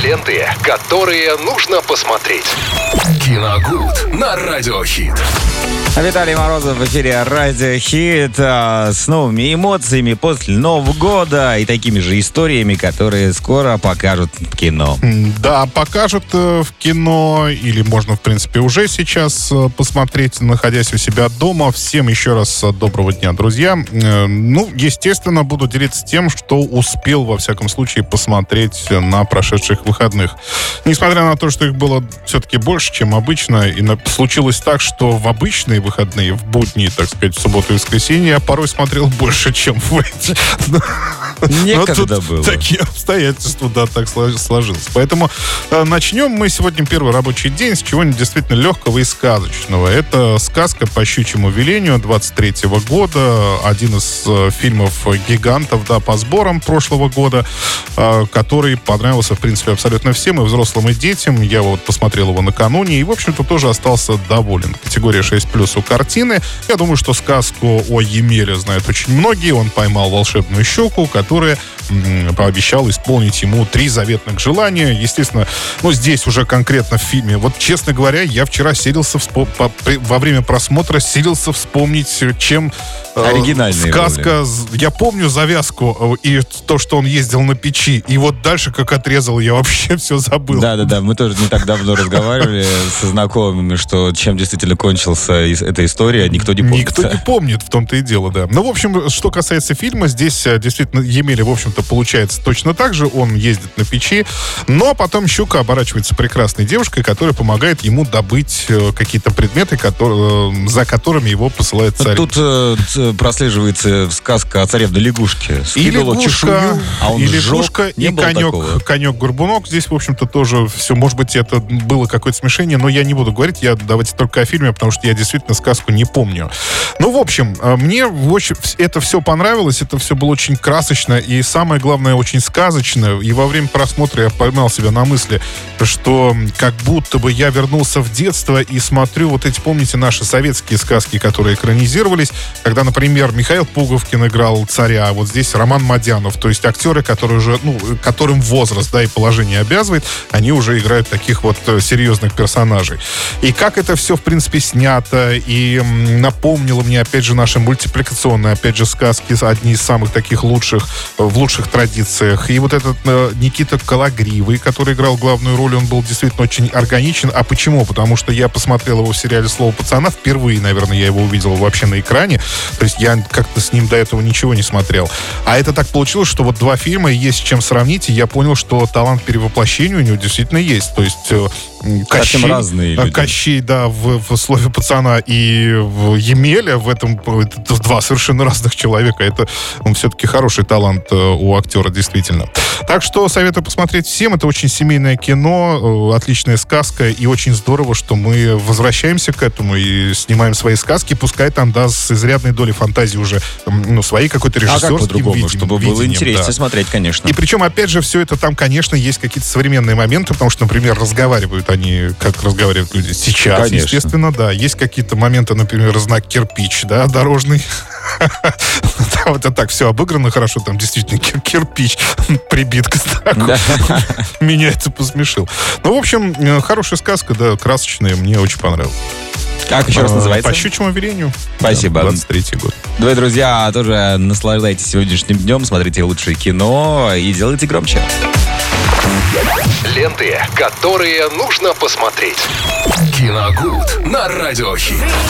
Ленты, которые нужно посмотреть. Киногуд на Радиохит. Виталий Морозов в эфире Радио Хит с новыми эмоциями после Нового года и такими же историями, которые скоро покажут в кино. Да, покажут в кино, или можно, в принципе, уже сейчас посмотреть, находясь у себя дома. Всем еще раз доброго дня, друзья. Ну, естественно, буду делиться тем, что успел, во всяком случае, посмотреть на прошедших выходных. Несмотря на то, что их было все-таки больше, чем обычно, и случилось так, что в обычные выходные, в будни, так сказать, в субботу и воскресенье, я порой смотрел больше, чем в эти. Некогда было. Такие обстоятельства, да, так сложилось. Поэтому начнем мы сегодня первый рабочий день с чего-нибудь действительно легкого и сказочного. Это «Сказка по щучьему велению» 23-го года. Один из фильмов гигантов, да, по сборам прошлого года, который понравился, в принципе, абсолютно всем, и взрослым, и детям. Я вот посмотрел его накануне и, в общем-то, тоже остался доволен. Категория 6+, у картины. Я думаю, что сказку о Емеле знают очень многие. Он поймал волшебную щуку, которая пообещала исполнить ему 3 заветных желания. Естественно, ну, здесь уже конкретно в фильме. Вот, честно говоря, я вчера силился во время просмотра силился вспомнить, чем оригинальные сказка. Роли. Я помню завязку и то, что он ездил на печи. И вот дальше, как отрезал, я вообще все забыл. Да. Мы тоже не так давно разговаривали со знакомыми, что чем действительно кончился эта история, никто не помнит. Никто не помнит, в том-то и дело, да. Ну, в общем, что касается фильма, здесь действительно Емеля, в общем-то, получается точно так же. Он ездит на печи, но потом щука оборачивается прекрасной девушкой, которая помогает ему добыть какие-то предметы, за которыми его посылает царь. Тут прослеживается сказка о царевне лягушке. И лягушка, а он и лягушка, и конек-горбунок. Здесь, в общем-то, тоже все, может быть, это было какое-то смешение, но я не буду говорить, давайте только о фильме, потому что я действительно сказку не помню. Ну, в общем, мне это все понравилось, это все было очень красочно и, самое главное, очень сказочно. И во время просмотра я поймал себя на мысли, что как будто бы я вернулся в детство и смотрю вот эти, помните, наши советские сказки, которые экранизировались, когда, например, Михаил Пуговкин играл царя, а вот здесь Роман Мадянов, то есть актеры, которые уже, которым возраст, да, и положение обязывает, они уже играют таких вот серьезных персонажей. И как это все, в принципе, снято, и напомнило мне, опять же, наши мультипликационные, опять же, сказки, одни из самых таких лучших, в лучших традициях. И вот этот Никита Кологривый, который играл главную роль, он был действительно очень органичен. А почему? Потому что я посмотрел его в сериале «Слово пацана». Впервые, наверное, я его увидел вообще на экране. То есть я как-то с ним до этого ничего не смотрел. А это так получилось, что вот 2 фильма, есть с чем сравнить, и я понял, что талант перевоплощения у него действительно есть. То есть Кощей, да, в «Слове пацана» и в Емеля, в этом 2 совершенно разных человека. Это все-таки хороший талант у актера, действительно. Так что советую посмотреть всем. Это очень семейное кино, отличная сказка, и очень здорово, что мы возвращаемся к этому и снимаем свои сказки, пускай там, да, с изрядной долей фантазии уже, свои какой-то режиссерский видением. Чтобы было интереснее смотреть, конечно. И причем, опять же, все это там, конечно, есть какие-то современные моменты, потому что, например, разговаривают они, как разговаривают люди сейчас, конечно. Естественно, да. Есть какие-то моменты, например, знак кирпич, да, дорожный. Там это так все обыграно хорошо, там действительно кирпич прибит к знаку. Меня это посмешил. Ну, в общем, хорошая сказка, да, красочная, мне очень понравилась. Как еще раз называется? «По щучьему велению». Спасибо. 23-й год. Дорогие друзья, тоже наслаждайтесь сегодняшним днем, смотрите лучшее кино и делайте громче. Ленты, которые нужно посмотреть. Киногуд на Радиохит.